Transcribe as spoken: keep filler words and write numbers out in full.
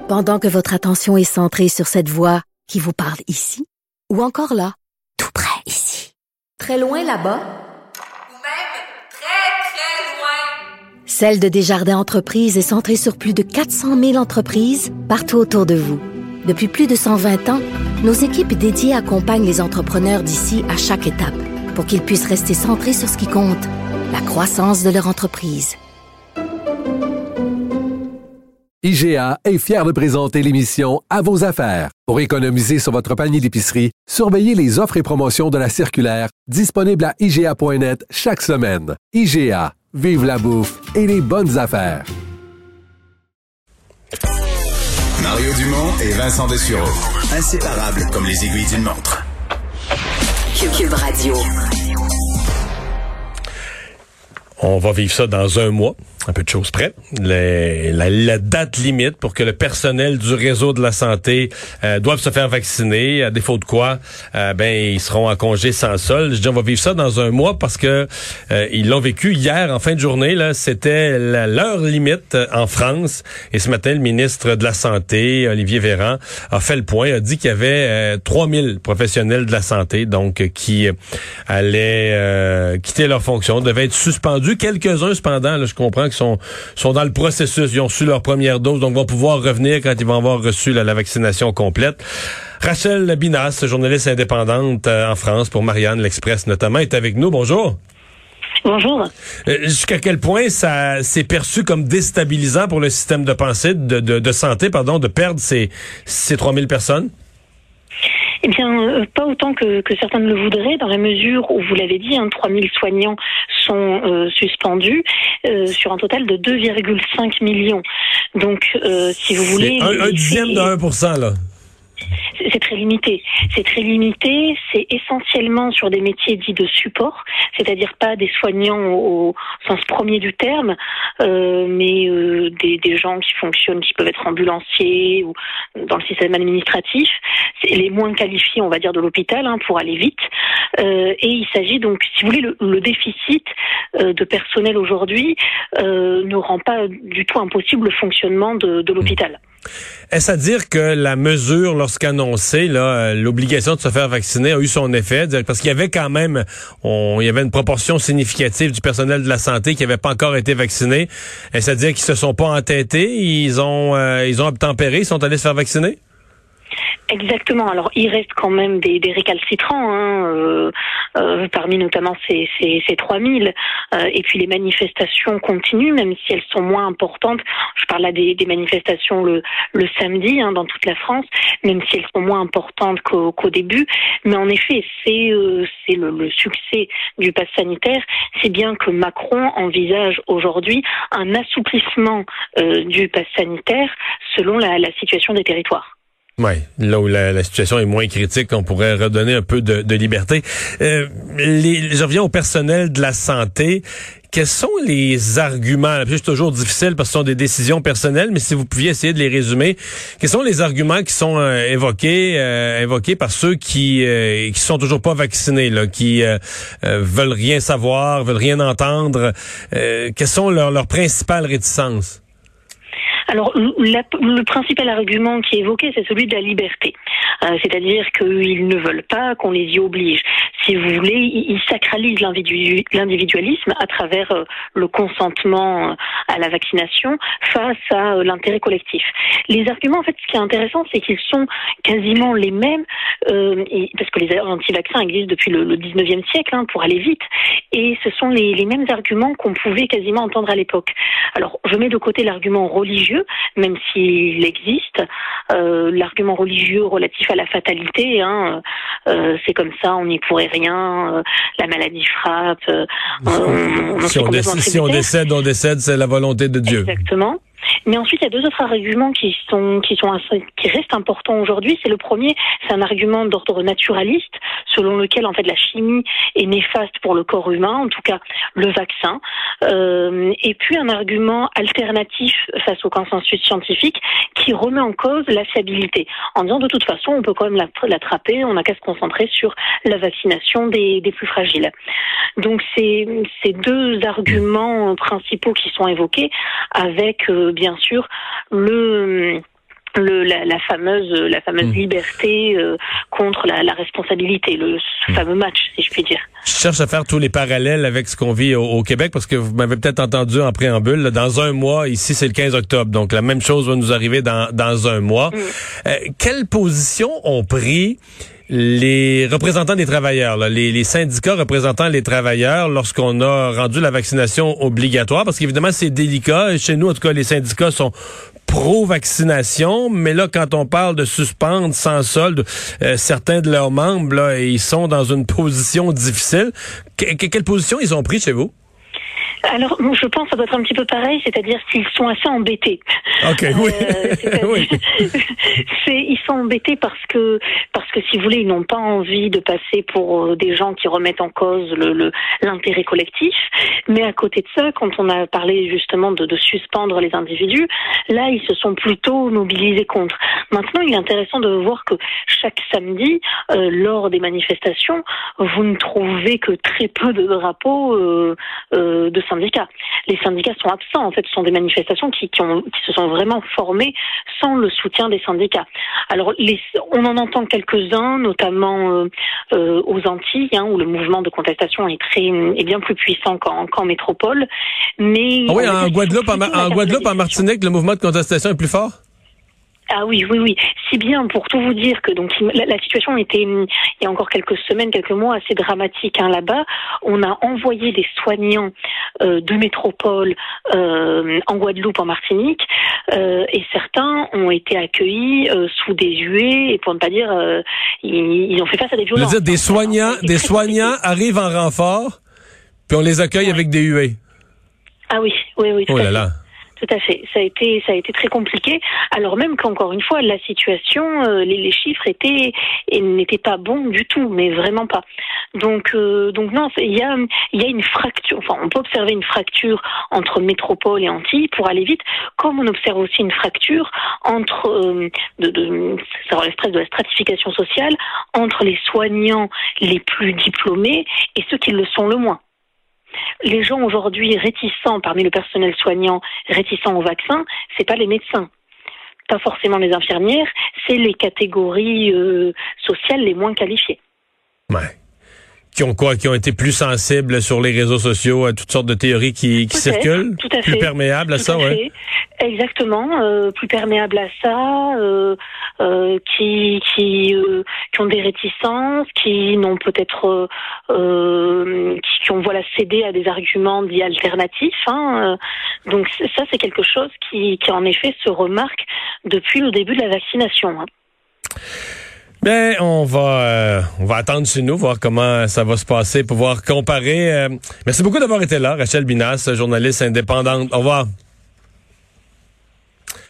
Pendant que votre attention est centrée sur cette voix qui vous parle ici, ou encore là, tout près ici, très loin là-bas, ou même très, très loin. Celle de Desjardins Entreprises est centrée sur plus de quatre cent mille entreprises partout autour de vous. Depuis plus de cent vingt ans, nos équipes dédiées accompagnent les entrepreneurs d'ici à chaque étape pour qu'ils puissent rester centrés sur ce qui compte, la croissance de leur entreprise. I G A est fier de présenter l'émission À vos affaires. Pour économiser sur votre panier d'épicerie, surveillez les offres et promotions de la circulaire disponible à I G A point net chaque semaine. I G A, vive la bouffe et les bonnes affaires. Mario Dumont et Vincent Dessureau. Inséparables comme les aiguilles d'une montre. Cube Radio. On va vivre ça dans un mois, un peu de choses près. Les, la, la date limite pour que le personnel du réseau de la santé euh, doive se faire vacciner, à défaut de quoi, euh, ben ils seront en congé sans solde. Je dis on va vivre ça dans un mois parce que euh, ils l'ont vécu hier en fin de journée. Là, c'était la, l'heure limite en France. Et ce matin, le ministre de la Santé, Olivier Véran, a fait le point, a dit qu'il y avait euh, trois mille professionnels de la santé, donc euh, qui euh, allaient euh, quitter leur fonction, devaient être suspendus. Quelques-uns, cependant, là, je comprends qu'ils sont, sont dans le processus. Ils ont reçu leur première dose, donc vont pouvoir revenir quand ils vont avoir reçu là, la vaccination complète. Rachel Binas, journaliste indépendante euh, en France pour Marianne, l'Express notamment, est avec nous. Bonjour. Bonjour. Euh, jusqu'à quel point ça s'est perçu comme déstabilisant pour le système de pensée, de, de, de santé, pardon, de perdre ces, ces trois mille personnes? Eh bien, euh, pas autant que, que certains ne le voudraient, dans la mesure où, vous l'avez dit, hein, trois mille soignants sont euh, suspendus euh, sur un total de deux virgule cinq millions. Donc, euh, si vous voulez... C'est un, un dixième de un pour cent, là. C'est très limité. C'est très limité. C'est essentiellement sur des métiers dits de support, c'est-à-dire pas des soignants au, au sens premier du terme, euh, mais euh, des, des gens qui fonctionnent, qui peuvent être ambulanciers ou dans le système administratif. C'est les moins qualifiés, on va dire, de l'hôpital, hein, pour aller vite. Euh, et il s'agit donc, si vous voulez, le, le déficit euh, de personnel aujourd'hui euh, ne rend pas du tout impossible le fonctionnement de, de l'hôpital. Est-ce à dire que la mesure, lorsqu'annoncée, là, l'obligation de se faire vacciner a eu son effet? Parce qu'il y avait quand même, on, il y avait une proportion significative du personnel de la santé qui n'avait pas encore été vacciné. Est-ce à dire qu'ils se sont pas entêtés? Ils ont, euh, ils ont obtempéré? Ils sont allés se faire vacciner? Exactement. Alors, il reste quand même des, des récalcitrants, hein, euh, euh, parmi notamment ces, ces, ces trois mille. Euh, et puis, les manifestations continuent, même si elles sont moins importantes. Je parle là des, des manifestations le, le samedi, hein, dans toute la France, même si elles sont moins importantes qu'au, qu'au début. Mais en effet, c'est, euh, c'est le, le succès du pass sanitaire. C'est bien que Macron envisage aujourd'hui un assouplissement euh, du pass sanitaire selon la, la situation des territoires. Oui, là où la, la situation est moins critique, on pourrait redonner un peu de, de liberté. Euh, les, je reviens au personnel de la santé. Quels sont les arguments? C'est toujours difficile parce que ce sont des décisions personnelles, mais si vous pouviez essayer de les résumer, quels sont les arguments qui sont euh, évoqués euh, évoqués par ceux qui euh, qui sont toujours pas vaccinés, là, qui euh, euh, veulent rien savoir, veulent rien entendre? Euh, quelles sont leurs leurs principales réticences? Alors, la, le principal argument qui est évoqué, c'est celui de la liberté. Euh, c'est-à-dire qu'ils ne veulent pas qu'on les y oblige. Si vous voulez, ils, ils sacralisent l'individu, l'individualisme à travers euh, le consentement euh, à la vaccination face à euh, l'intérêt collectif. Les arguments, en fait, ce qui est intéressant, c'est qu'ils sont quasiment les mêmes, euh, et, parce que les anti-vaccins existent depuis le, le dix-neuvième siècle, hein, pour aller vite, et ce sont les, les mêmes arguments qu'on pouvait quasiment entendre à l'époque. Alors, je mets de côté l'argument religieux, même s'il existe, euh, l'argument religieux relatif à la fatalité, hein, euh, c'est comme ça, on n'y pourrait rien, euh, la maladie frappe, euh, on, on si, on décède, si on décède, on décède, c'est la volonté de Dieu. Exactement. Mais ensuite, il y a deux autres arguments qui sont qui sont qui restent importants aujourd'hui. C'est le premier, c'est un argument d'ordre naturaliste, selon lequel en fait la chimie est néfaste pour le corps humain, en tout cas le vaccin. Euh, et puis un argument alternatif face au consensus scientifique qui remet en cause la fiabilité, en disant de toute façon on peut quand même l'attraper, on n'a qu'à se concentrer sur la vaccination des, des plus fragiles. Donc c'est ces deux arguments principaux qui sont évoqués, avec euh, bien sûr le le, la, la fameuse, la fameuse mmh. liberté euh, contre la, la responsabilité, le ce mmh. fameux match, si je puis dire. Je cherche à faire tous les parallèles avec ce qu'on vit au, au Québec, parce que vous m'avez peut-être entendu en préambule, là, dans un mois, ici c'est le quinze octobre, donc la même chose va nous arriver dans, dans un mois. Mmh. Euh, quelle position ont pris les représentants des travailleurs, là, les, les syndicats représentant les travailleurs lorsqu'on a rendu la vaccination obligatoire? Parce qu'évidemment, c'est délicat. Chez nous, en tout cas, les syndicats sont pro-vaccination, mais là, quand on parle de suspendre sans solde euh, certains de leurs membres, là, ils sont dans une position difficile. Que, que, quelle position ils ont pris chez vous? Alors, je pense que ça doit être un petit peu pareil, c'est-à-dire qu'ils sont assez embêtés. Ok, oui. Euh, oui. c'est, ils sont embêtés parce que, parce que si vous voulez, ils n'ont pas envie de passer pour des gens qui remettent en cause le, le, l'intérêt collectif. Mais à côté de ça, quand on a parlé justement de, de suspendre les individus, là, ils se sont plutôt mobilisés contre. Maintenant, il est intéressant de voir que chaque samedi, euh, lors des manifestations, vous ne trouvez que très peu de drapeaux euh, euh, de syndicats. Les syndicats sont absents. En fait, ce sont des manifestations qui, qui, ont, qui se sont vraiment formées sans le soutien des syndicats. Alors, les, on en entend quelques-uns, notamment euh, euh, aux Antilles, hein, où le mouvement de contestation est très, est bien plus puissant qu'en, qu'en métropole. Mais ah oui, en Guadeloupe, en, en Guadeloupe, en Martinique, le mouvement de contestation est plus fort? Ah oui, oui, oui. Si bien, pour tout vous dire que donc la, la situation était, il y a encore quelques semaines, quelques mois, assez dramatique hein, là-bas. On a envoyé des soignants euh, de métropole euh, en Guadeloupe, en Martinique, euh, et certains ont été accueillis euh, sous des huées, et pour ne pas dire, euh, ils, ils ont fait face à des violences. Je veux dire, des soignants, des soignants compliqué. arrivent en renfort, puis on les accueille ouais. avec des huées. Ah oui, oui, oui. Oh là là. Tout à fait. Ça a été, ça a été très compliqué. Alors même qu'encore une fois, la situation, euh, les, les chiffres étaient, et n'étaient pas bons du tout, mais vraiment pas. Donc, euh, donc non, il y a, il y a une fracture. Enfin, on peut observer une fracture entre métropole et Antilles pour aller vite, comme on observe aussi une fracture entre, euh, de, de, ça relève presque de la stratification sociale entre les soignants les plus diplômés et ceux qui le sont le moins. Les gens aujourd'hui réticents, parmi le personnel soignant, réticents au vaccin, c'est pas les médecins, pas forcément les infirmières, c'est les catégories euh, sociales les moins qualifiées. Ouais. Qui ont quoi, qui ont été plus sensibles sur les réseaux sociaux à toutes sortes de théories qui, qui circulent, tout à fait, plus perméables à tout ça, à ouais. Fait. Exactement, euh, plus perméables à ça, euh, euh, qui qui euh, qui ont des réticences, qui n'ont peut-être euh, qui, qui ont voilà cédé à des arguments dits alternatifs. Hein, euh, donc ça c'est quelque chose qui qui en effet se remarque depuis le début de la vaccination. Hein. Ben, on va euh, on va attendre chez nous, voir comment ça va se passer, pouvoir comparer. Euh, merci beaucoup d'avoir été là, Rachel Binas, journaliste indépendante. Au revoir.